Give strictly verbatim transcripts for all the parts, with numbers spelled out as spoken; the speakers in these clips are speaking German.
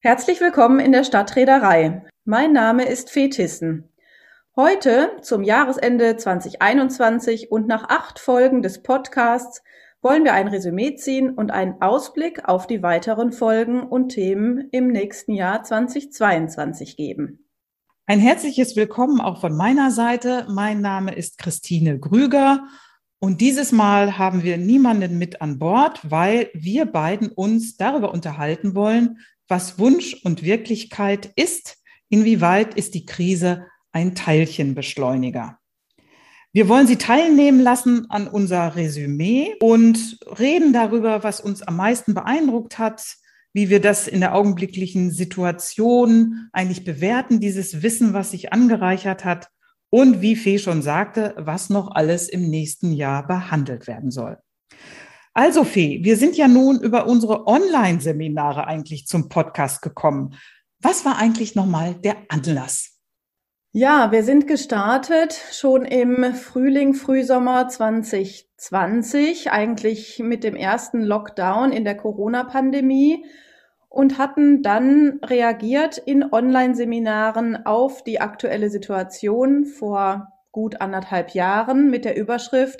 Herzlich willkommen in der Stadtreederei. Mein Name ist Fee Thyssen. Heute, zum Jahresende zwanzig einundzwanzig und nach acht Folgen des Podcasts, wollen wir ein Resümee ziehen und einen Ausblick auf die weiteren Folgen und Themen im nächsten Jahr zwanzig zweiundzwanzig geben. Ein herzliches Willkommen auch von meiner Seite. Mein Name ist Christine Grüger und dieses Mal haben wir niemanden mit an Bord, weil wir beiden uns darüber unterhalten wollen, was Wunsch und Wirklichkeit ist. Inwieweit ist die Krise ein Teilchenbeschleuniger? Wir wollen Sie teilnehmen lassen an unser Resümee und reden darüber, was uns am meisten beeindruckt hat, wie wir das in der augenblicklichen Situation eigentlich bewerten, dieses Wissen, was sich angereichert hat und wie Fee schon sagte, was noch alles im nächsten Jahr behandelt werden soll. Also Fee, wir sind ja nun über unsere Online-Seminare eigentlich zum Podcast gekommen. Was war eigentlich nochmal der Anlass? Ja, wir sind gestartet schon im Frühling, Frühsommer zwanzig zwanzig, eigentlich mit dem ersten Lockdown in der Corona-Pandemie und hatten dann reagiert in Online-Seminaren auf die aktuelle Situation vor gut anderthalb Jahren mit der Überschrift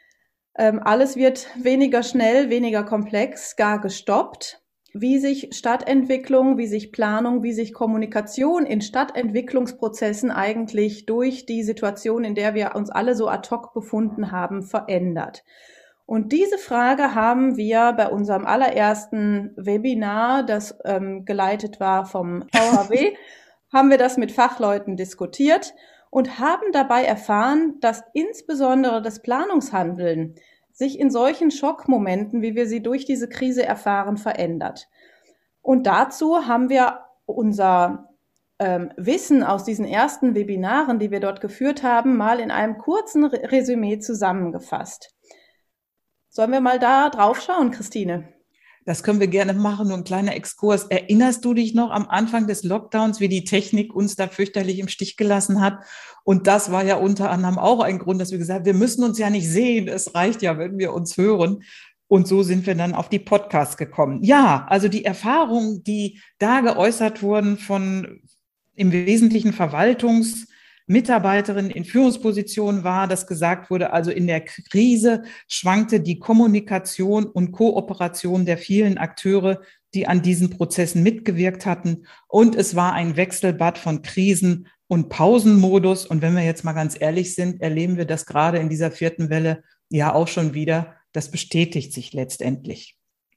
ähm, Alles wird weniger schnell, weniger komplex, gar gestoppt. Wie sich Stadtentwicklung, wie sich Planung, wie sich Kommunikation in Stadtentwicklungsprozessen eigentlich durch die Situation, in der wir uns alle so ad hoc befunden haben, verändert. Und diese Frage haben wir bei unserem allerersten Webinar, das ähm, geleitet war vom V H W, haben wir das mit Fachleuten diskutiert und haben dabei erfahren, dass insbesondere das Planungshandeln sich in solchen Schockmomenten, wie wir sie durch diese Krise erfahren, verändert. Und dazu haben wir unser ähm, Wissen aus diesen ersten Webinaren, die wir dort geführt haben, mal in einem kurzen Resümee zusammengefasst. Sollen wir mal da drauf schauen, Christine? Das können wir gerne machen, nur ein kleiner Exkurs. Erinnerst du dich noch am Anfang des Lockdowns, wie die Technik uns da fürchterlich im Stich gelassen hat? Und das war ja unter anderem auch ein Grund, dass wir gesagt haben, wir müssen uns ja nicht sehen. Es reicht ja, wenn wir uns hören. Und so sind wir dann auf die Podcasts gekommen. Ja, also die Erfahrungen, die da geäußert wurden von im Wesentlichen Verwaltungs- Mitarbeiterin in Führungspositionen war, dass gesagt wurde, also in der Krise schwankte die Kommunikation und Kooperation der vielen Akteure, die an diesen Prozessen mitgewirkt hatten. Und es war ein Wechselbad von Krisen- und Pausenmodus. Und wenn wir jetzt mal ganz ehrlich sind, erleben wir das gerade in dieser vierten Welle ja auch schon wieder. Das bestätigt sich letztendlich.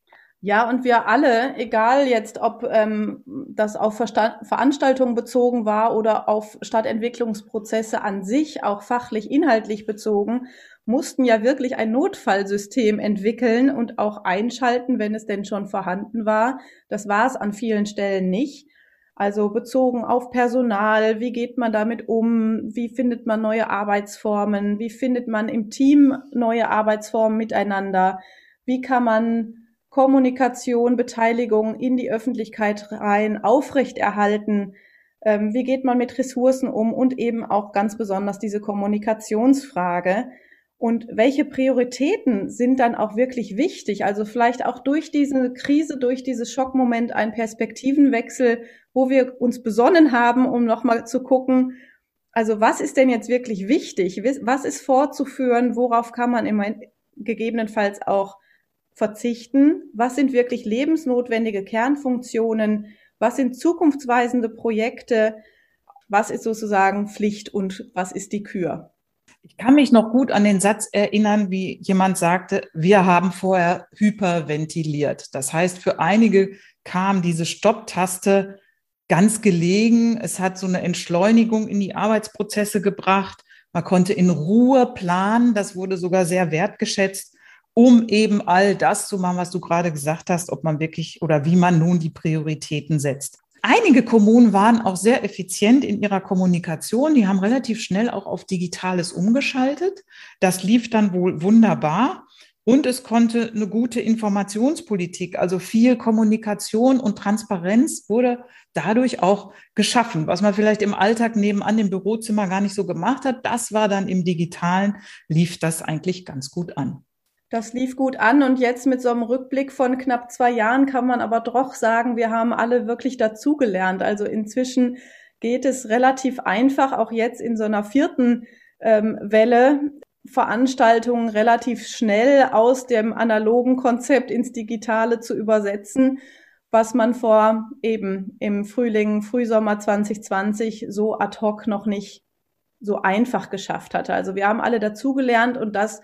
Ja, und wir alle, egal jetzt, ob ähm, das auf Versta- Veranstaltungen bezogen war oder auf Stadtentwicklungsprozesse an sich, auch fachlich, inhaltlich bezogen, mussten ja wirklich ein Notfallsystem entwickeln und auch einschalten, wenn es denn schon vorhanden war. Das war es an vielen Stellen nicht. Also bezogen auf Personal, wie geht man damit um, wie findet man neue Arbeitsformen, wie findet man im Team neue Arbeitsformen miteinander, wie kann man Kommunikation, Beteiligung in die Öffentlichkeit rein aufrechterhalten. Ähm, wie geht man mit Ressourcen um und eben auch ganz besonders diese Kommunikationsfrage. Und welche Prioritäten sind dann auch wirklich wichtig? Also vielleicht auch durch diese Krise, durch dieses Schockmoment ein Perspektivenwechsel, wo wir uns besonnen haben, um nochmal zu gucken, also was ist denn jetzt wirklich wichtig? Was ist fortzuführen? Worauf kann man im gegebenenfalls auch verzichten? Was sind wirklich lebensnotwendige Kernfunktionen? Was sind zukunftsweisende Projekte? Was ist sozusagen Pflicht und was ist die Kür? Ich kann mich noch gut an den Satz erinnern, wie jemand sagte, wir haben vorher hyperventiliert. Das heißt, für einige kam diese Stopptaste ganz gelegen. Es hat so eine Entschleunigung in die Arbeitsprozesse gebracht. Man konnte in Ruhe planen. Das wurde sogar sehr wertgeschätzt, um eben all das zu machen, was du gerade gesagt hast, ob man wirklich oder wie man nun die Prioritäten setzt. Einige Kommunen waren auch sehr effizient in ihrer Kommunikation. Die haben relativ schnell auch auf Digitales umgeschaltet. Das lief dann wohl wunderbar. Und es konnte eine gute Informationspolitik, also viel Kommunikation und Transparenz wurde dadurch auch geschaffen, was man vielleicht im Alltag nebenan im Bürozimmer gar nicht so gemacht hat. Das war dann im Digitalen, lief das eigentlich ganz gut an. Das lief gut an und jetzt mit so einem Rückblick von knapp zwei Jahren kann man aber doch sagen, wir haben alle wirklich dazugelernt. Also inzwischen geht es relativ einfach, auch jetzt in so einer vierten ähm, Welle, Veranstaltungen relativ schnell aus dem analogen Konzept ins Digitale zu übersetzen, was man vor eben im Frühling, Frühsommer zwanzig zwanzig so ad hoc noch nicht so einfach geschafft hatte. Also wir haben alle dazugelernt und das,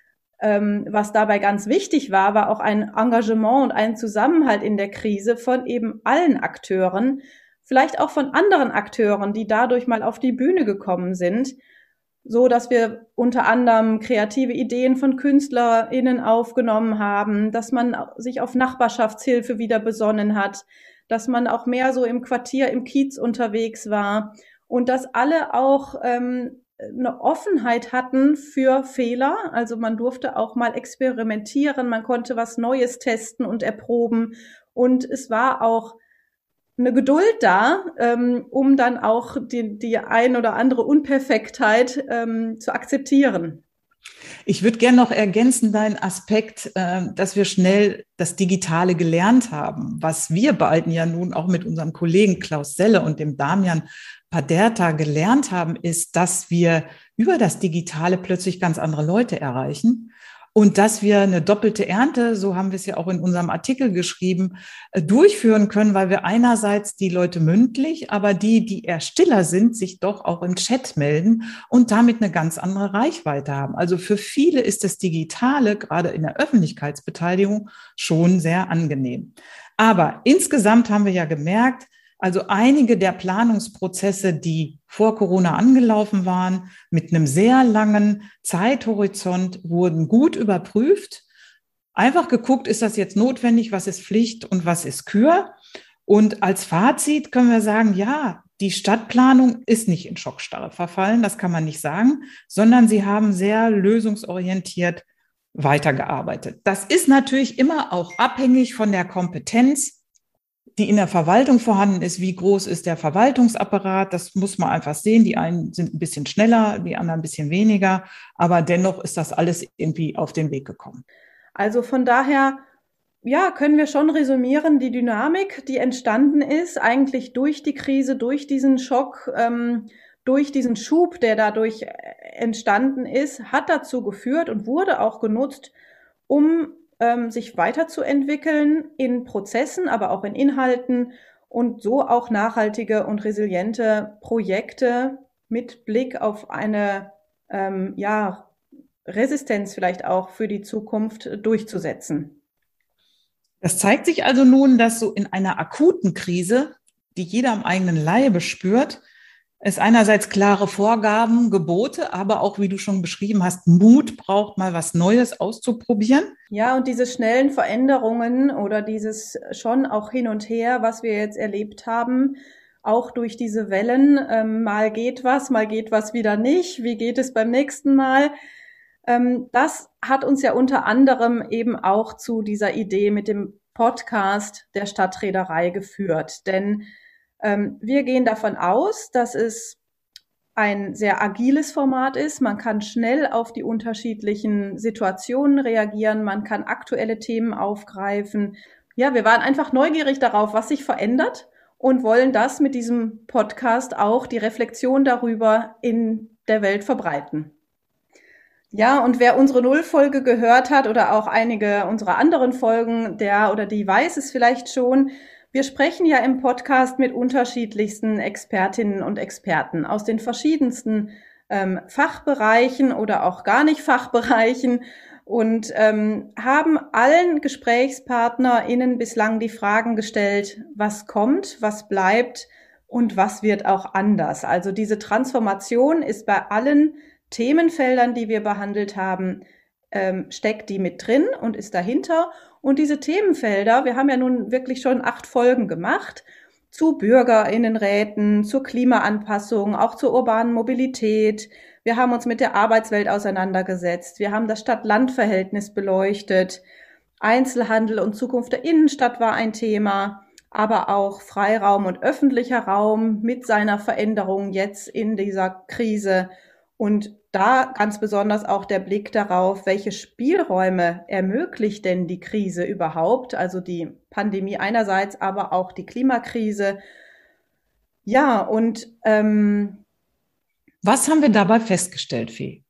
ähm, was dabei ganz wichtig war, war auch ein Engagement und ein Zusammenhalt in der Krise von eben allen Akteuren, vielleicht auch von anderen Akteuren, die dadurch mal auf die Bühne gekommen sind, so dass wir unter anderem kreative Ideen von KünstlerInnen aufgenommen haben, dass man sich auf Nachbarschaftshilfe wieder besonnen hat, dass man auch mehr so im Quartier, im Kiez unterwegs war und dass alle auch ähm, eine Offenheit hatten für Fehler. Also man durfte auch mal experimentieren, man konnte was Neues testen und erproben und es war auch eine Geduld da, ähm, um dann auch die, die ein oder andere Unperfektheit ähm, zu akzeptieren. Ich würde gerne noch ergänzen deinen Aspekt, äh, dass wir schnell das Digitale gelernt haben. Was wir beiden ja nun auch mit unserem Kollegen Klaus Selle und dem Damian Paderta gelernt haben, ist, dass wir über das Digitale plötzlich ganz andere Leute erreichen. Und dass wir eine doppelte Ernte, so haben wir es ja auch in unserem Artikel geschrieben, durchführen können, weil wir einerseits die Leute mündlich, aber die, die eher stiller sind, sich doch auch im Chat melden und damit eine ganz andere Reichweite haben. Also für viele ist das Digitale, gerade in der Öffentlichkeitsbeteiligung, schon sehr angenehm. Aber insgesamt haben wir ja gemerkt, also einige der Planungsprozesse, die vor Corona angelaufen waren, mit einem sehr langen Zeithorizont, wurden gut überprüft. Einfach geguckt, ist das jetzt notwendig, was ist Pflicht und was ist Kür? Und als Fazit können wir sagen, ja, die Stadtplanung ist nicht in Schockstarre verfallen, das kann man nicht sagen, sondern sie haben sehr lösungsorientiert weitergearbeitet. Das ist natürlich immer auch abhängig von der Kompetenz, die in der Verwaltung vorhanden ist. Wie groß ist der Verwaltungsapparat? Das muss man einfach sehen. Die einen sind ein bisschen schneller, die anderen ein bisschen weniger. Aber dennoch ist das alles irgendwie auf den Weg gekommen. Also von daher, ja, können wir schon resümieren, die Dynamik, die entstanden ist, eigentlich durch die Krise, durch diesen Schock, ähm, durch diesen Schub, der dadurch entstanden ist, hat dazu geführt und wurde auch genutzt, um sich weiterzuentwickeln in Prozessen, aber auch in Inhalten und so auch nachhaltige und resiliente Projekte mit Blick auf eine ähm, ja, Resistenz vielleicht auch für die Zukunft durchzusetzen. Das zeigt sich also nun, dass so in einer akuten Krise, die jeder am eigenen Leibe spürt, es einerseits klare Vorgaben, Gebote, aber auch, wie du schon beschrieben hast, Mut braucht, mal was Neues auszuprobieren. Ja, und diese schnellen Veränderungen oder dieses schon auch hin und her, was wir jetzt erlebt haben, auch durch diese Wellen, ähm, mal geht was, mal geht was wieder nicht, wie geht es beim nächsten Mal? Ähm, das hat uns ja unter anderem eben auch zu dieser Idee mit dem Podcast der Stadtreederei geführt, denn wir gehen davon aus, dass es ein sehr agiles Format ist. Man kann schnell auf die unterschiedlichen Situationen reagieren. Man kann aktuelle Themen aufgreifen. Ja, wir waren einfach neugierig darauf, was sich verändert und wollen das mit diesem Podcast auch die Reflexion darüber in der Welt verbreiten. Ja, und wer unsere Nullfolge gehört hat oder auch einige unserer anderen Folgen, der oder die weiß es vielleicht schon. Wir sprechen ja im Podcast mit unterschiedlichsten Expertinnen und Experten aus den verschiedensten ähm, Fachbereichen oder auch gar nicht Fachbereichen und ähm, haben allen GesprächspartnerInnen bislang die Fragen gestellt, was kommt, was bleibt und was wird auch anders. Also diese Transformation ist bei allen Themenfeldern, die wir behandelt haben, ähm, steckt die mit drin und ist dahinter. Und diese Themenfelder, wir haben ja nun wirklich schon acht Folgen gemacht, zu BürgerInnenräten, zur Klimaanpassung, auch zur urbanen Mobilität. Wir haben uns mit der Arbeitswelt auseinandergesetzt. Wir haben das Stadt-Land-Verhältnis beleuchtet. Einzelhandel und Zukunft der Innenstadt war ein Thema, aber auch Freiraum und öffentlicher Raum mit seiner Veränderung jetzt in dieser Krise. Und da ganz besonders auch der Blick darauf, welche Spielräume ermöglicht denn die Krise überhaupt, also die Pandemie einerseits, aber auch die Klimakrise. Ja, und ähm, Was haben wir dabei festgestellt, Fee?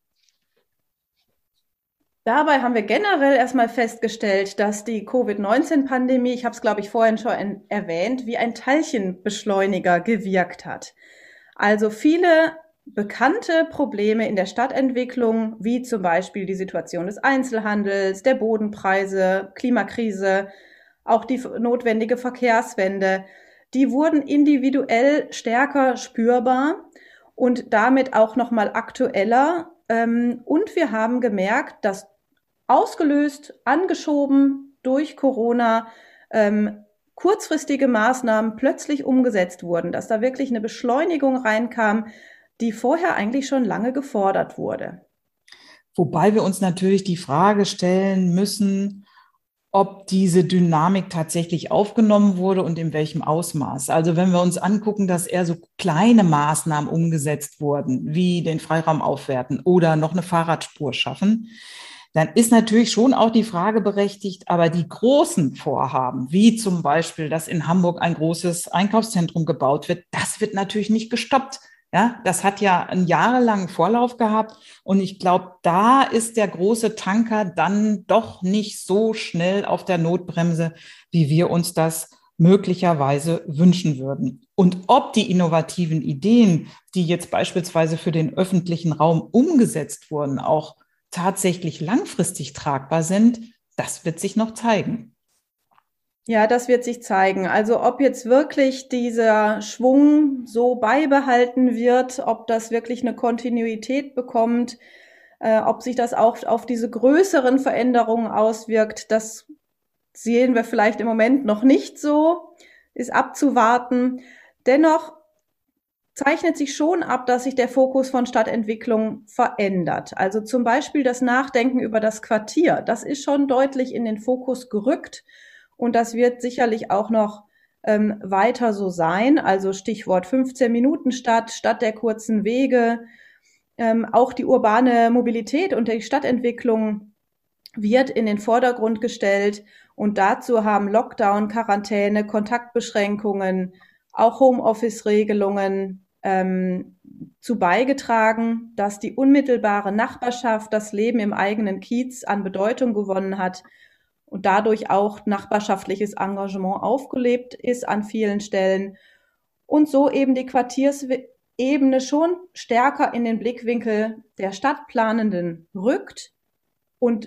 dabei haben wir generell erstmal festgestellt, dass die Covid neunzehn Pandemie, ich habe es glaube ich vorhin schon erwähnt, wie ein Teilchenbeschleuniger gewirkt hat. Also viele bekannte Probleme in der Stadtentwicklung, wie zum Beispiel die Situation des Einzelhandels, der Bodenpreise, Klimakrise, auch die notwendige Verkehrswende, die wurden individuell stärker spürbar und damit auch nochmal aktueller. Und wir haben gemerkt, dass ausgelöst, angeschoben durch Corona, ähm, kurzfristige Maßnahmen plötzlich umgesetzt wurden, dass da wirklich eine Beschleunigung reinkam, die vorher eigentlich schon lange gefordert wurde. Wobei wir uns natürlich die Frage stellen müssen, ob diese Dynamik tatsächlich aufgenommen wurde und in welchem Ausmaß. Also wenn wir uns angucken, dass eher so kleine Maßnahmen umgesetzt wurden, wie den Freiraum aufwerten oder noch eine Fahrradspur schaffen, dann ist natürlich schon auch die Frage berechtigt, aber die großen Vorhaben, wie zum Beispiel, dass in Hamburg ein großes Einkaufszentrum gebaut wird, das wird natürlich nicht gestoppt. Ja, das hat ja einen jahrelangen Vorlauf gehabt. Und ich glaube, da ist der große Tanker dann doch nicht so schnell auf der Notbremse, wie wir uns das möglicherweise wünschen würden. Und ob die innovativen Ideen, die jetzt beispielsweise für den öffentlichen Raum umgesetzt wurden, auch tatsächlich langfristig tragbar sind, das wird sich noch zeigen. Ja, das wird sich zeigen. Also ob jetzt wirklich dieser Schwung so beibehalten wird, ob das wirklich eine Kontinuität bekommt, äh, ob sich das auch auf diese größeren Veränderungen auswirkt, das sehen wir vielleicht im Moment noch nicht so, ist abzuwarten. Dennoch zeichnet sich schon ab, dass sich der Fokus von Stadtentwicklung verändert. Also zum Beispiel das Nachdenken über das Quartier, das ist schon deutlich in den Fokus gerückt. Und das wird sicherlich auch noch ähm, weiter so sein. Also Stichwort fünfzehn-Minuten-Stadt, Stadt der kurzen Wege. Ähm, auch die urbane Mobilität und die Stadtentwicklung wird in den Vordergrund gestellt. Und dazu haben Lockdown, Quarantäne, Kontaktbeschränkungen, auch Homeoffice-Regelungen ähm, zu beigetragen, dass die unmittelbare Nachbarschaft, das Leben im eigenen Kiez an Bedeutung gewonnen hat und dadurch auch nachbarschaftliches Engagement aufgelebt ist an vielen Stellen und so eben die Quartiersebene schon stärker in den Blickwinkel der Stadtplanenden rückt. Und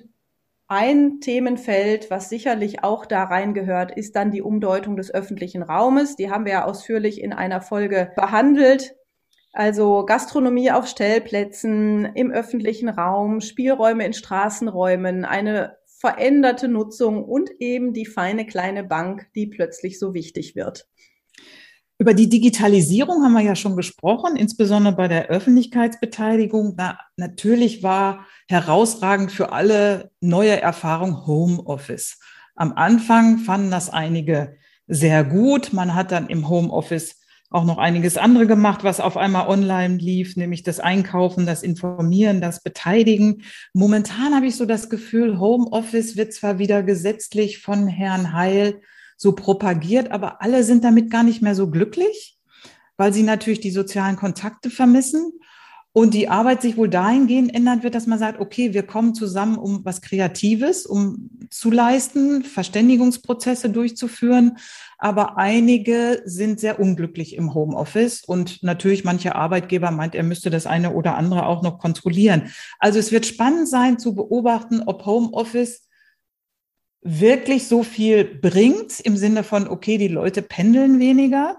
ein Themenfeld, was sicherlich auch da reingehört, ist dann die Umdeutung des öffentlichen Raumes. Die haben wir ja ausführlich in einer Folge behandelt. Also Gastronomie auf Stellplätzen, im öffentlichen Raum, Spielräume in Straßenräumen, eine veränderte Nutzung und eben die feine kleine Bank, die plötzlich so wichtig wird. Über die Digitalisierung haben wir ja schon gesprochen, insbesondere bei der Öffentlichkeitsbeteiligung. Na, natürlich war herausragend für alle neue Erfahrung Homeoffice. Am Anfang fanden das einige sehr gut. Man hat dann im Homeoffice auch noch einiges andere gemacht, was auf einmal online lief, nämlich das Einkaufen, das Informieren, das Beteiligen. Momentan habe ich so das Gefühl, Homeoffice wird zwar wieder gesetzlich von Herrn Heil so propagiert, aber alle sind damit gar nicht mehr so glücklich, weil sie natürlich die sozialen Kontakte vermissen und die Arbeit sich wohl dahingehend ändern wird, dass man sagt, okay, wir kommen zusammen, um was Kreatives, um zu leisten, Verständigungsprozesse durchzuführen, aber einige sind sehr unglücklich im Homeoffice und natürlich mancher Arbeitgeber meint, er müsste das eine oder andere auch noch kontrollieren. Also es wird spannend sein zu beobachten, ob Homeoffice wirklich so viel bringt im Sinne von, okay, die Leute pendeln weniger,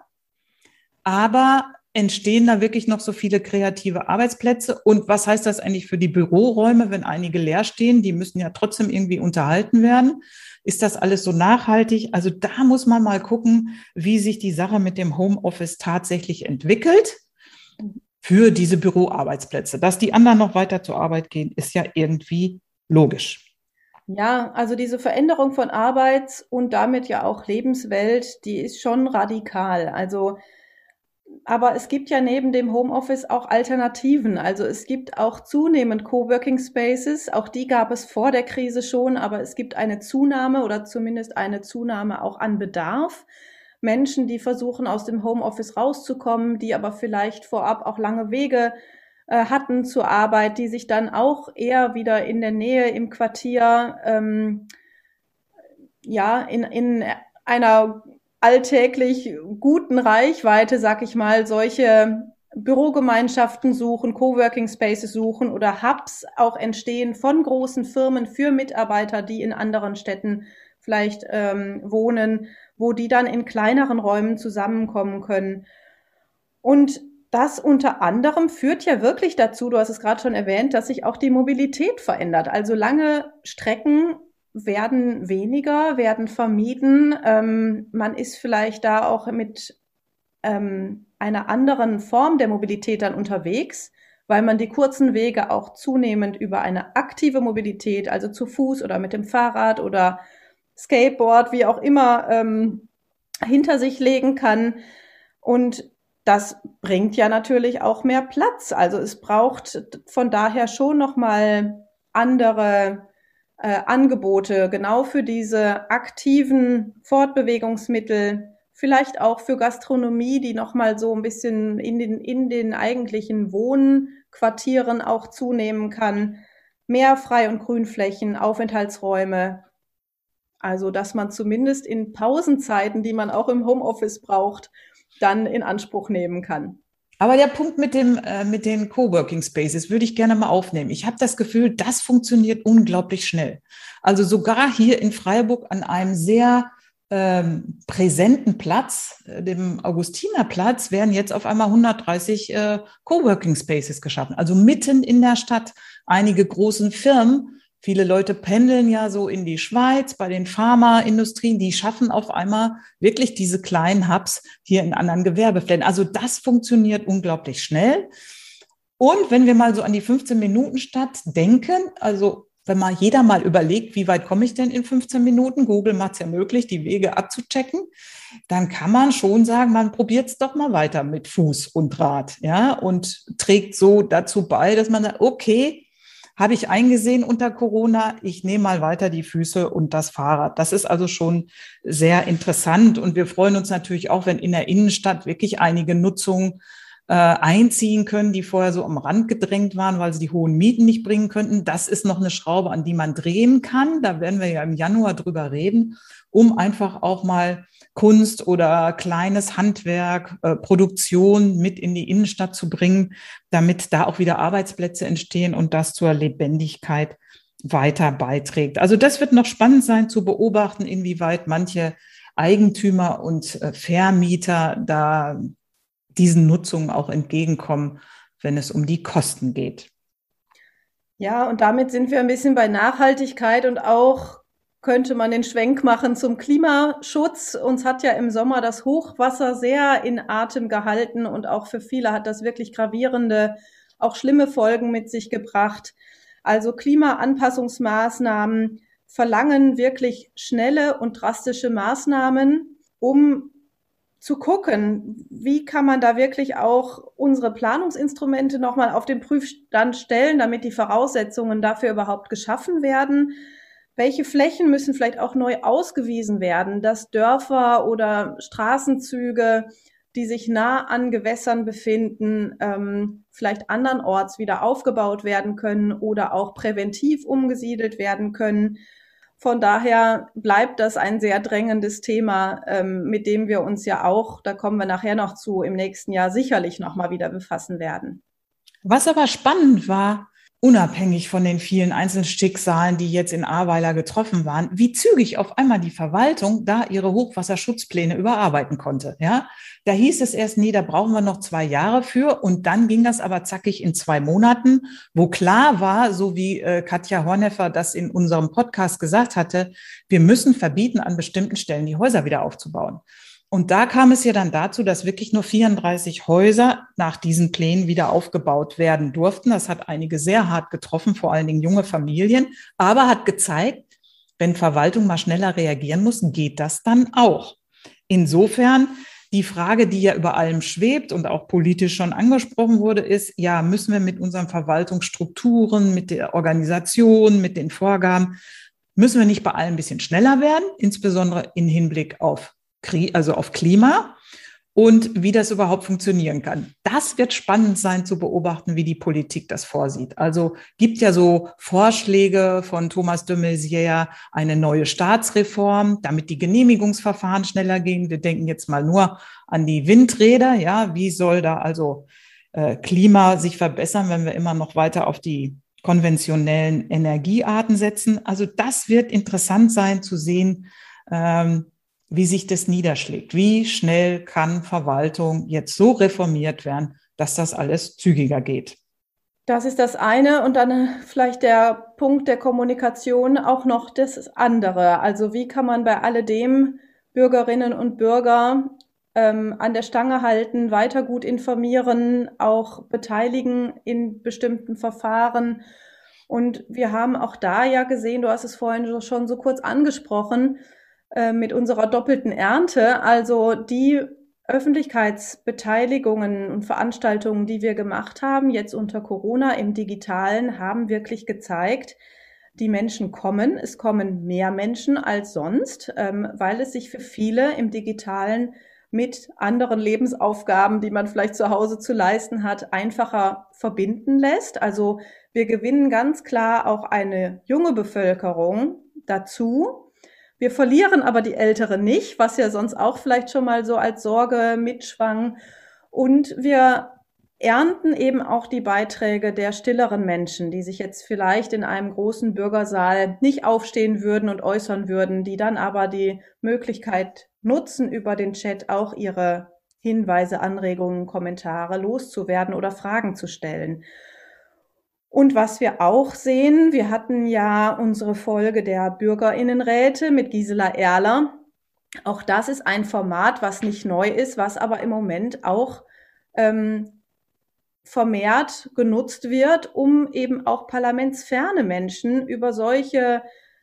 aber entstehen da wirklich noch so viele kreative Arbeitsplätze? Und was heißt das eigentlich für die Büroräume, wenn einige leer stehen? Die müssen ja trotzdem irgendwie unterhalten werden. Ist das alles so nachhaltig? Also da muss man mal gucken, wie sich die Sache mit dem Homeoffice tatsächlich entwickelt für diese Büroarbeitsplätze. Dass die anderen noch weiter zur Arbeit gehen, ist ja irgendwie logisch. Ja, also diese Veränderung von Arbeits- und damit ja auch Lebenswelt, die ist schon radikal. Also Aber es gibt ja neben dem Homeoffice auch Alternativen. Also es gibt auch zunehmend Coworking Spaces. Auch die gab es vor der Krise schon, aber es gibt eine Zunahme oder zumindest eine Zunahme auch an Bedarf. Menschen, die versuchen, aus dem Homeoffice rauszukommen, die aber vielleicht vorab auch lange Wege äh, hatten zur Arbeit, die sich dann auch eher wieder in der Nähe im Quartier, ähm, ja, in, in einer alltäglich guten Reichweite, sag ich mal, solche Bürogemeinschaften suchen, Coworking Spaces suchen oder Hubs auch entstehen von großen Firmen für Mitarbeiter, die in anderen Städten vielleicht ähm, wohnen, wo die dann in kleineren Räumen zusammenkommen können. Und das unter anderem führt ja wirklich dazu, du hast es gerade schon erwähnt, dass sich auch die Mobilität verändert. Also lange Strecken werden weniger, werden vermieden. Ähm, man ist vielleicht da auch mit ähm, einer anderen Form der Mobilität dann unterwegs, weil man die kurzen Wege auch zunehmend über eine aktive Mobilität, also zu Fuß oder mit dem Fahrrad oder Skateboard, wie auch immer, ähm, hinter sich legen kann. Und das bringt ja natürlich auch mehr Platz. Also es braucht von daher schon nochmal andere äh, Angebote, genau für diese aktiven Fortbewegungsmittel, vielleicht auch für Gastronomie, die nochmal so ein bisschen in den, in den eigentlichen Wohnquartieren auch zunehmen kann. Mehr Frei- und Grünflächen, Aufenthaltsräume. Also, dass man zumindest in Pausenzeiten, die man auch im Homeoffice braucht, dann in Anspruch nehmen kann. Aber der Punkt mit dem, äh, mit den Coworking Spaces würde ich gerne mal aufnehmen. Ich habe das Gefühl, das funktioniert unglaublich schnell. Also sogar hier in Freiburg an einem sehr ähm, präsenten Platz, äh, dem Augustinerplatz, werden jetzt auf einmal hundertdreißig äh, Coworking Spaces geschaffen. Also mitten in der Stadt. Einige großen Firmen, viele Leute pendeln ja so in die Schweiz bei den Pharmaindustrien, die schaffen auf einmal wirklich diese kleinen Hubs hier in anderen Gewerbeflächen. Also das funktioniert unglaublich schnell. Und wenn wir mal so an die fünfzehn-Minuten-Stadt denken, also wenn mal jeder mal überlegt, wie weit komme ich denn in fünfzehn Minuten? Google macht es ja möglich, die Wege abzuchecken. Dann kann man schon sagen, man probiert es doch mal weiter mit Fuß und Rad, ja, und trägt so dazu bei, dass man sagt, okay, habe ich eingesehen unter Corona, ich nehme mal weiter die Füße und das Fahrrad. Das ist also schon sehr interessant. Und wir freuen uns natürlich auch, wenn in der Innenstadt wirklich einige Nutzungen äh, einziehen können, die vorher so am Rand gedrängt waren, weil sie die hohen Mieten nicht bringen könnten. Das ist noch eine Schraube, an die man drehen kann. Da werden wir ja im Januar drüber reden, um einfach auch mal Kunst oder kleines Handwerk, äh, Produktion mit in die Innenstadt zu bringen, damit da auch wieder Arbeitsplätze entstehen und das zur Lebendigkeit weiter beiträgt. Also das wird noch spannend sein zu beobachten, inwieweit manche Eigentümer und äh, Vermieter da diesen Nutzungen auch entgegenkommen, wenn es um die Kosten geht. Ja, und damit sind wir ein bisschen bei Nachhaltigkeit und auch könnte man den Schwenk machen zum Klimaschutz. Uns hat ja im Sommer das Hochwasser sehr in Atem gehalten und auch für viele hat das wirklich gravierende, auch schlimme Folgen mit sich gebracht. Also Klimaanpassungsmaßnahmen verlangen wirklich schnelle und drastische Maßnahmen, um zu gucken, wie kann man da wirklich auch unsere Planungsinstrumente nochmal auf den Prüfstand stellen, damit die Voraussetzungen dafür überhaupt geschaffen werden. Welche Flächen müssen vielleicht auch neu ausgewiesen werden, dass Dörfer oder Straßenzüge, die sich nah an Gewässern befinden, ähm, vielleicht andernorts wieder aufgebaut werden können oder auch präventiv umgesiedelt werden können. Von daher bleibt das ein sehr drängendes Thema, ähm, mit dem wir uns ja auch, da kommen wir nachher noch zu, im nächsten Jahr sicherlich nochmal wieder befassen werden. Was aber spannend war, unabhängig von den vielen Einzelschicksalen, die jetzt in Ahrweiler getroffen waren, wie zügig auf einmal die Verwaltung da ihre Hochwasserschutzpläne überarbeiten konnte. Ja, da hieß es erst, nee, da brauchen wir noch zwei Jahre für. Und dann ging das aber zackig in zwei Monaten, wo klar war, so wie äh, Katja Horneffer das in unserem Podcast gesagt hatte, wir müssen verbieten, an bestimmten Stellen die Häuser wieder aufzubauen. Und da kam es ja dann dazu, dass wirklich nur vierunddreißig Häuser nach diesen Plänen wieder aufgebaut werden durften. Das hat einige sehr hart getroffen, vor allen Dingen junge Familien, aber hat gezeigt, wenn Verwaltung mal schneller reagieren muss, geht das dann auch. Insofern Die Frage, die ja über allem schwebt und auch politisch schon angesprochen wurde, ist, ja, müssen wir mit unseren Verwaltungsstrukturen, mit der Organisation, mit den Vorgaben, müssen wir nicht bei allem ein bisschen schneller werden, insbesondere im Hinblick auf, also auf Klima und wie das überhaupt funktionieren kann. Das wird spannend sein zu beobachten, wie die Politik das vorsieht. Also gibt ja so Vorschläge von Thomas de Maizière, eine neue Staatsreform, damit die Genehmigungsverfahren schneller gehen. Wir denken jetzt mal nur an die Windräder. Ja, wie soll da also äh, Klima sich verbessern, wenn wir immer noch weiter auf die konventionellen Energiearten setzen? Also das wird interessant sein zu sehen, ähm, wie sich das niederschlägt. Wie schnell kann Verwaltung jetzt so reformiert werden, dass das alles zügiger geht? Das ist das eine und dann vielleicht der Punkt der Kommunikation auch noch das andere. Also wie kann man bei alledem Bürgerinnen und Bürger ähm, an der Stange halten, weiter gut informieren, auch beteiligen in bestimmten Verfahren. Und wir haben auch da ja gesehen, du hast es vorhin schon so kurz angesprochen, mit unserer doppelten Ernte, also die Öffentlichkeitsbeteiligungen und Veranstaltungen, die wir gemacht haben, jetzt unter Corona im Digitalen, haben wirklich gezeigt, die Menschen kommen, es kommen mehr Menschen als sonst, weil es sich für viele im Digitalen mit anderen Lebensaufgaben, die man vielleicht zu Hause zu leisten hat, einfacher verbinden lässt. Also wir gewinnen ganz klar auch eine junge Bevölkerung dazu. Wir verlieren aber die Ältere nicht, was ja sonst auch vielleicht schon mal so als Sorge mitschwang. Und wir ernten eben auch die Beiträge der stilleren Menschen, die sich jetzt vielleicht in einem großen Bürgersaal nicht aufstehen würden und äußern würden, die dann aber die Möglichkeit nutzen, über den Chat auch ihre Hinweise, Anregungen, Kommentare loszuwerden oder Fragen zu stellen. Und was wir auch sehen, wir hatten ja unsere Folge der Bürgerinnenräte mit Gisela Erler. Auch das ist ein Format, was nicht neu ist, was aber im Moment auch ähm, vermehrt genutzt wird, um eben auch parlamentsferne Menschen über solche,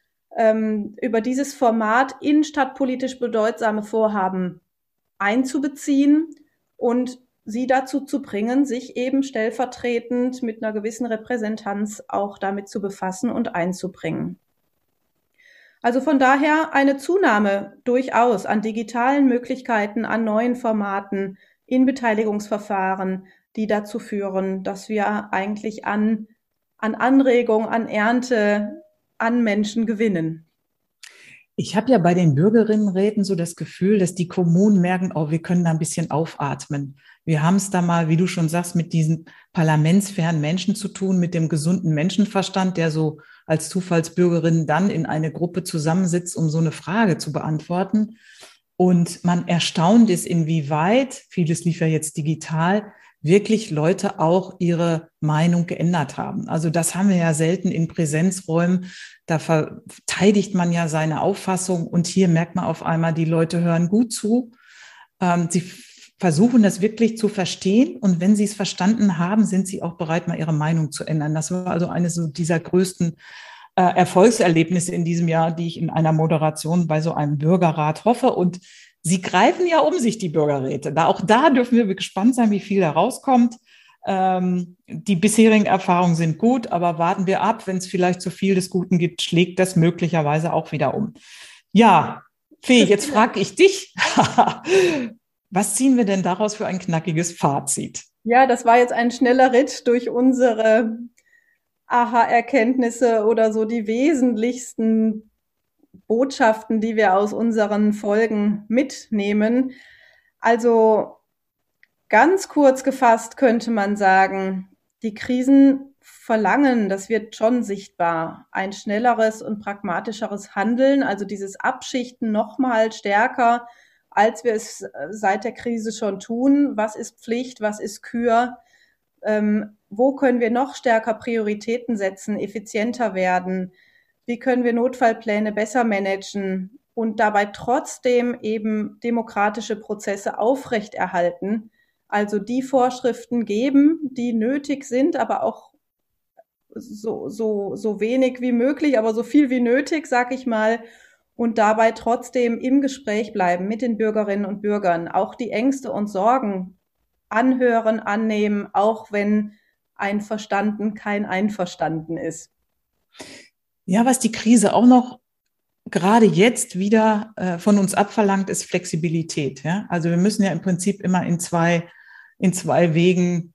ähm, über dieses Format in stadtpolitisch bedeutsame Vorhaben einzubeziehen und sie dazu zu bringen, sich eben stellvertretend mit einer gewissen Repräsentanz auch damit zu befassen und einzubringen. Also von daher eine Zunahme durchaus an digitalen Möglichkeiten, an neuen Formaten in Beteiligungsverfahren, die dazu führen, dass wir eigentlich an, an Anregung, an Ernte, an Menschen gewinnen. Ich habe ja bei den Bürgerinnenräten so das Gefühl, dass die Kommunen merken, oh, wir können da ein bisschen aufatmen. Wir haben es da mal, wie du schon sagst, mit diesen parlamentsfernen Menschen zu tun, mit dem gesunden Menschenverstand, der so als Zufallsbürgerin dann in eine Gruppe zusammensitzt, um so eine Frage zu beantworten. Und man erstaunt ist, inwieweit, vieles lief ja jetzt digital, wirklich Leute auch ihre Meinung geändert haben. Also das haben wir ja selten in Präsenzräumen. Da verteidigt man ja seine Auffassung und hier merkt man auf einmal, die Leute hören gut zu. Ähm, sie versuchen das wirklich zu verstehen und wenn sie es verstanden haben, sind sie auch bereit, mal ihre Meinung zu ändern. Das war also eines so dieser größten äh, Erfolgserlebnisse in diesem Jahr, die ich in einer Moderation bei so einem Bürgerrat hoffe. Und sie greifen ja um sich, die Bürgerräte. Da, auch da dürfen wir gespannt sein, wie viel da rauskommt. Ähm, die bisherigen Erfahrungen sind gut, aber warten wir ab. Wenn es vielleicht zu viel des Guten gibt, schlägt das möglicherweise auch wieder um. Ja, Fee, jetzt frage ich dich. Was ziehen wir denn daraus für ein knackiges Fazit? Ja, das war jetzt ein schneller Ritt durch unsere Aha-Erkenntnisse oder so die wesentlichsten Botschaften, die wir aus unseren Folgen mitnehmen. Also ganz kurz gefasst könnte man sagen, die Krisen verlangen, das wird schon sichtbar, ein schnelleres und pragmatischeres Handeln, also dieses Abschichten nochmal stärker, als wir es seit der Krise schon tun. Was ist Pflicht, was ist Kür? Ähm, wo können wir noch stärker Prioritäten setzen, effizienter werden? Wie können wir Notfallpläne besser managen und dabei trotzdem eben demokratische Prozesse aufrechterhalten? Also die Vorschriften geben, die nötig sind, aber auch so, so, so wenig wie möglich, aber so viel wie nötig, sag ich mal, und dabei trotzdem im Gespräch bleiben mit den Bürgerinnen und Bürgern, auch die Ängste und Sorgen anhören, annehmen, auch wenn ein Verstanden kein Einverstanden ist. Ja, was die Krise auch noch gerade jetzt wieder äh, von uns abverlangt, ist Flexibilität. Ja? Also wir müssen ja im Prinzip immer in zwei, in zwei Wegen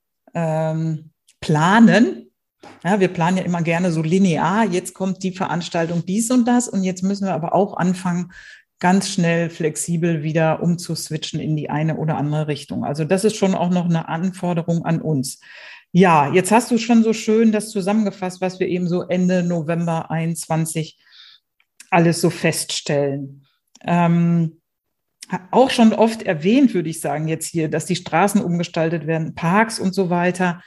ähm, planen. Ja, wir planen ja immer gerne so linear. Jetzt kommt die Veranstaltung dies und das und jetzt müssen wir aber auch anfangen, ganz schnell flexibel wieder umzuswitchen in die eine oder andere Richtung. Also das ist schon auch noch eine Anforderung an uns. Ja, jetzt hast du schon so schön das zusammengefasst, was wir eben so Ende November einundzwanzig alles so feststellen. Ähm, auch schon oft erwähnt, würde ich sagen, jetzt hier, dass die Straßen umgestaltet werden, Parks und so weiter.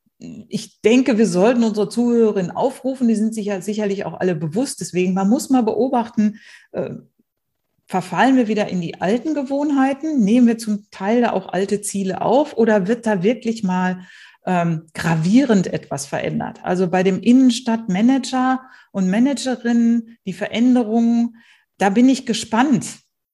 Ich denke, wir sollten unsere Zuhörerinnen aufrufen, die sind sich ja sicherlich auch alle bewusst. Deswegen, man muss mal beobachten, äh, verfallen wir wieder in die alten Gewohnheiten? Nehmen wir zum Teil da auch alte Ziele auf oder wird da wirklich mal ähm, gravierend etwas verändert? Also bei dem Innenstadtmanager und Managerinnen, die Veränderungen, da bin ich gespannt,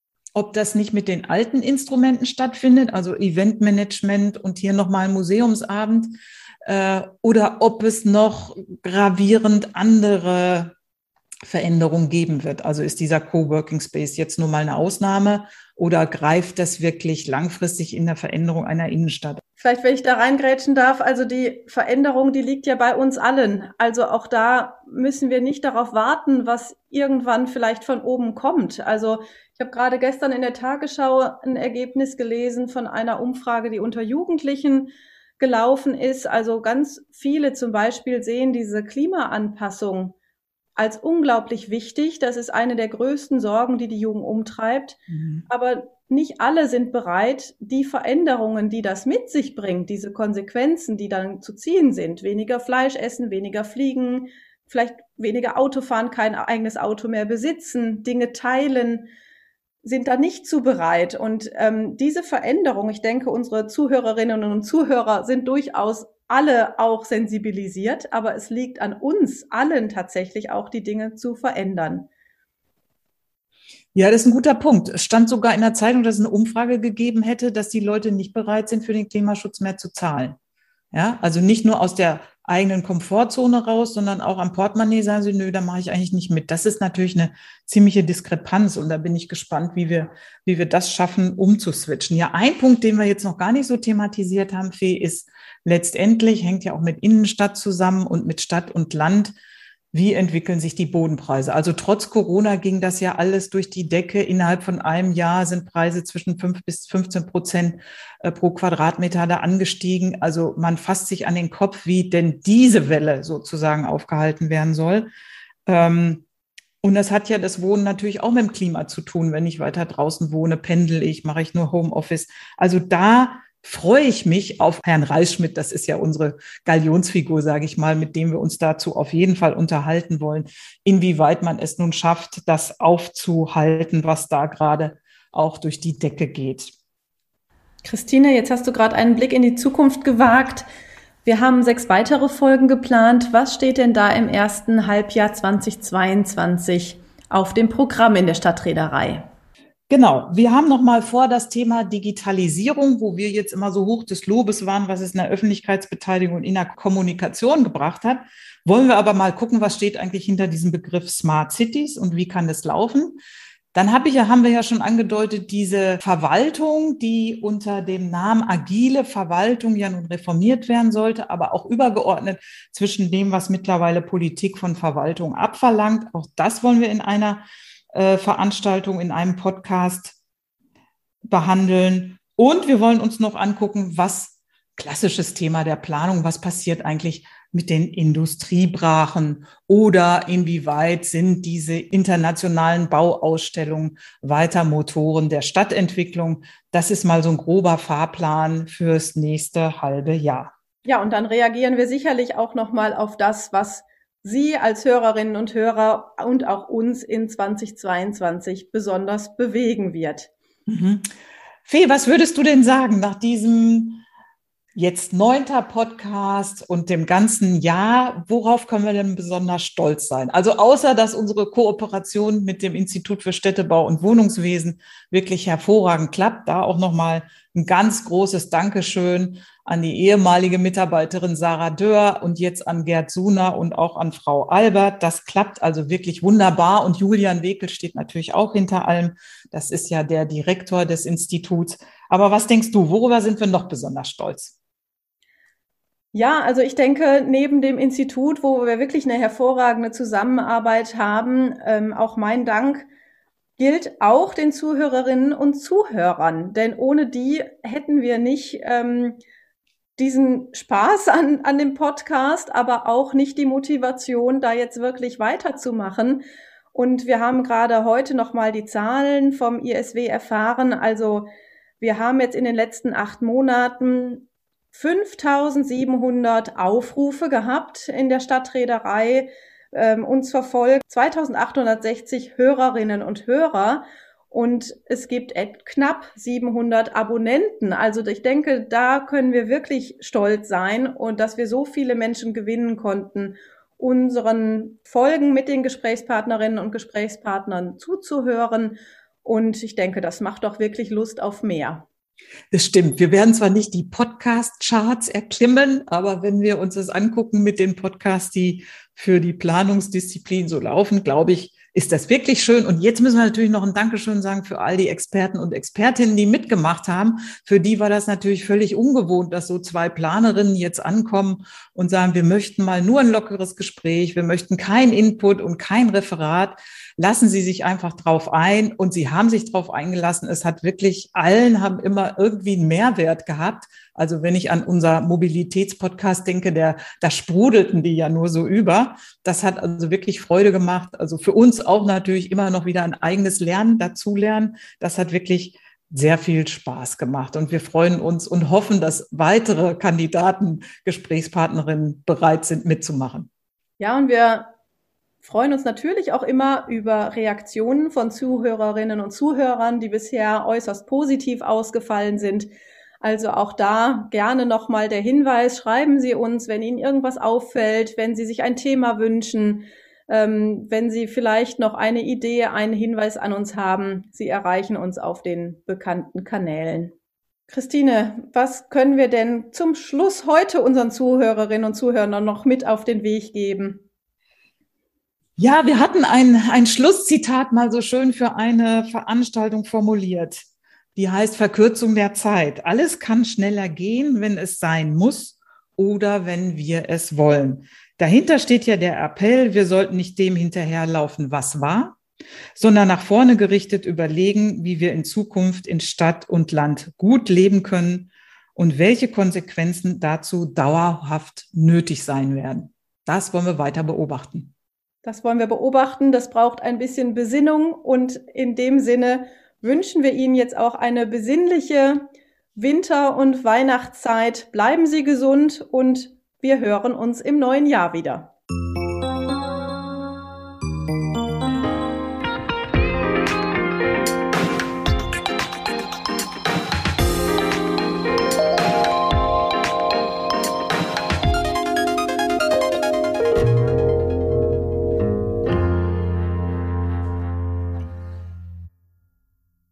ob das nicht mit den alten Instrumenten stattfindet, also Eventmanagement und hier nochmal ein Museumsabend, äh, oder ob es noch gravierend andere Veränderung geben wird. Also ist dieser Coworking Space jetzt nur mal eine Ausnahme oder greift das wirklich langfristig in der Veränderung einer Innenstadt? Vielleicht, wenn ich da reingrätschen darf, also die Veränderung, die liegt ja bei uns allen. Also auch da müssen wir nicht darauf warten, was irgendwann vielleicht von oben kommt. Also ich habe gerade gestern in der Tagesschau ein Ergebnis gelesen von einer Umfrage, die unter Jugendlichen gelaufen ist. Also ganz viele zum Beispiel sehen diese Klimaanpassung als unglaublich wichtig. Das ist eine der größten Sorgen, die die Jugend umtreibt. Mhm. Aber nicht alle sind bereit, die Veränderungen, die das mit sich bringt, diese Konsequenzen, die dann zu ziehen sind, weniger Fleisch essen, weniger fliegen, vielleicht weniger Auto fahren, kein eigenes Auto mehr besitzen, Dinge teilen, sind da nicht zu bereit. Und ähm, diese Veränderung, ich denke, unsere Zuhörerinnen und Zuhörer sind durchaus alle auch sensibilisiert, aber es liegt an uns allen tatsächlich auch, die Dinge zu verändern. Ja, das ist ein guter Punkt. Es stand sogar in der Zeitung, dass es eine Umfrage gegeben hätte, dass die Leute nicht bereit sind, für den Klimaschutz mehr zu zahlen. Ja, also nicht nur aus der eigenen Komfortzone raus, sondern auch am Portemonnaie sagen sie, nö, da mache ich eigentlich nicht mit. Das ist natürlich eine ziemliche Diskrepanz und da bin ich gespannt, wie wir, wie wir das schaffen, umzuswitchen. Ja, ein Punkt, den wir jetzt noch gar nicht so thematisiert haben, Fee, ist letztendlich, hängt ja auch mit Innenstadt zusammen und mit Stadt und Land. Wie entwickeln sich die Bodenpreise? Also trotz Corona ging das ja alles durch die Decke. Innerhalb von einem Jahr sind Preise zwischen fünf bis fünfzehn Prozent pro Quadratmeter da angestiegen. Also man fasst sich an den Kopf, wie denn diese Welle sozusagen aufgehalten werden soll. Und das hat ja das Wohnen natürlich auch mit dem Klima zu tun. Wenn ich weiter draußen wohne, pendel ich, mache ich nur Homeoffice. Also da freue ich mich auf Herrn Reisschmidt. Das ist ja unsere Galionsfigur, sage ich mal, mit dem wir uns dazu auf jeden Fall unterhalten wollen, inwieweit man es nun schafft, das aufzuhalten, was da gerade auch durch die Decke geht. Christine, jetzt hast du gerade einen Blick in die Zukunft gewagt. Wir haben sechs weitere Folgen geplant. Was steht denn da im ersten Halbjahr zweitausendzweiundzwanzig auf dem Programm in der Stadtreederei? Genau, wir haben noch mal vor das Thema Digitalisierung, wo wir jetzt immer so hoch des Lobes waren, was es in der Öffentlichkeitsbeteiligung und in der Kommunikation gebracht hat, wollen wir aber mal gucken, was steht eigentlich hinter diesem Begriff Smart Cities und wie kann das laufen. Dann habe ich ja, haben wir ja schon angedeutet, diese Verwaltung, die unter dem Namen agile Verwaltung ja nun reformiert werden sollte, aber auch übergeordnet zwischen dem, was mittlerweile Politik von Verwaltung abverlangt. Auch das wollen wir in einer Veranstaltung in einem Podcast behandeln. Und wir wollen uns noch angucken, was klassisches Thema der Planung, was passiert eigentlich mit den Industriebrachen oder inwieweit sind diese internationalen Bauausstellungen weiter Motoren der Stadtentwicklung. Das ist mal so ein grober Fahrplan fürs nächste halbe Jahr. Ja, und dann reagieren wir sicherlich auch noch mal auf das, was Sie als Hörerinnen und Hörer und auch uns in zweitausendzweiundzwanzig besonders bewegen wird. Mhm. Fee, was würdest du denn sagen nach diesem Jetzt neunter Podcast und dem ganzen Jahr. Worauf können wir denn besonders stolz sein? Also außer, dass unsere Kooperation mit dem Institut für Städtebau und Wohnungswesen wirklich hervorragend klappt. Da auch nochmal ein ganz großes Dankeschön an die ehemalige Mitarbeiterin Sarah Dörr und jetzt an Gerd Suner und auch an Frau Albert. Das klappt also wirklich wunderbar. Und Julian Wekel steht natürlich auch hinter allem. Das ist ja der Direktor des Instituts. Aber was denkst du, worüber sind wir noch besonders stolz? Ja, also ich denke, neben dem Institut, wo wir wirklich eine hervorragende Zusammenarbeit haben, ähm, auch mein Dank gilt auch den Zuhörerinnen und Zuhörern. Denn ohne die hätten wir nicht ähm, diesen Spaß an, an dem Podcast, aber auch nicht die Motivation, da jetzt wirklich weiterzumachen. Und wir haben gerade heute nochmal die Zahlen vom I S W erfahren. Also wir haben jetzt in den letzten acht Monaten fünftausendsiebenhundert Aufrufe gehabt in der Stadtreederei, ähm, uns verfolgt zweitausendachthundertsechzig Hörerinnen und Hörer und es gibt knapp siebenhundert Abonnenten. Also ich denke, da können wir wirklich stolz sein und dass wir so viele Menschen gewinnen konnten, unseren Folgen mit den Gesprächspartnerinnen und Gesprächspartnern zuzuhören. Und ich denke, das macht doch wirklich Lust auf mehr. Das stimmt. Wir werden zwar nicht die Podcast-Charts erklimmen, aber wenn wir uns das angucken mit den Podcasts, die für die Planungsdisziplin so laufen, glaube ich, ist das wirklich schön. Und jetzt müssen wir natürlich noch ein Dankeschön sagen für all die Experten und Expertinnen, die mitgemacht haben. Für die war das natürlich völlig ungewohnt, dass so zwei Planerinnen jetzt ankommen und sagen, wir möchten mal nur ein lockeres Gespräch, wir möchten kein Input und kein Referat. Lassen Sie sich einfach drauf ein. Und sie haben sich drauf eingelassen. Es hat wirklich, allen haben immer irgendwie einen Mehrwert gehabt. Also wenn ich an unser Mobilitätspodcast denke, der, da sprudelten die ja nur so über. Das hat also wirklich Freude gemacht. Also für uns auch natürlich immer noch wieder ein eigenes Lernen, dazulernen. Das hat wirklich sehr viel Spaß gemacht. Und wir freuen uns und hoffen, dass weitere Kandidaten, Gesprächspartnerinnen bereit sind, mitzumachen. Ja, und wir freuen uns natürlich auch immer über Reaktionen von Zuhörerinnen und Zuhörern, die bisher äußerst positiv ausgefallen sind. Also auch da gerne nochmal der Hinweis, schreiben Sie uns, wenn Ihnen irgendwas auffällt, wenn Sie sich ein Thema wünschen, ähm, wenn Sie vielleicht noch eine Idee, einen Hinweis an uns haben. Sie erreichen uns auf den bekannten Kanälen. Christine, was können wir denn zum Schluss heute unseren Zuhörerinnen und Zuhörern noch mit auf den Weg geben? Ja, wir hatten ein, ein Schlusszitat mal so schön für eine Veranstaltung formuliert. Die heißt Verkürzung der Zeit. Alles kann schneller gehen, wenn es sein muss oder wenn wir es wollen. Dahinter steht ja der Appell, wir sollten nicht dem hinterherlaufen, was war, sondern nach vorne gerichtet überlegen, wie wir in Zukunft in Stadt und Land gut leben können und welche Konsequenzen dazu dauerhaft nötig sein werden. Das wollen wir weiter beobachten. Das wollen wir beobachten. Das braucht ein bisschen Besinnung und in dem Sinne wünschen wir Ihnen jetzt auch eine besinnliche Winter- und Weihnachtszeit. Bleiben Sie gesund und wir hören uns im neuen Jahr wieder.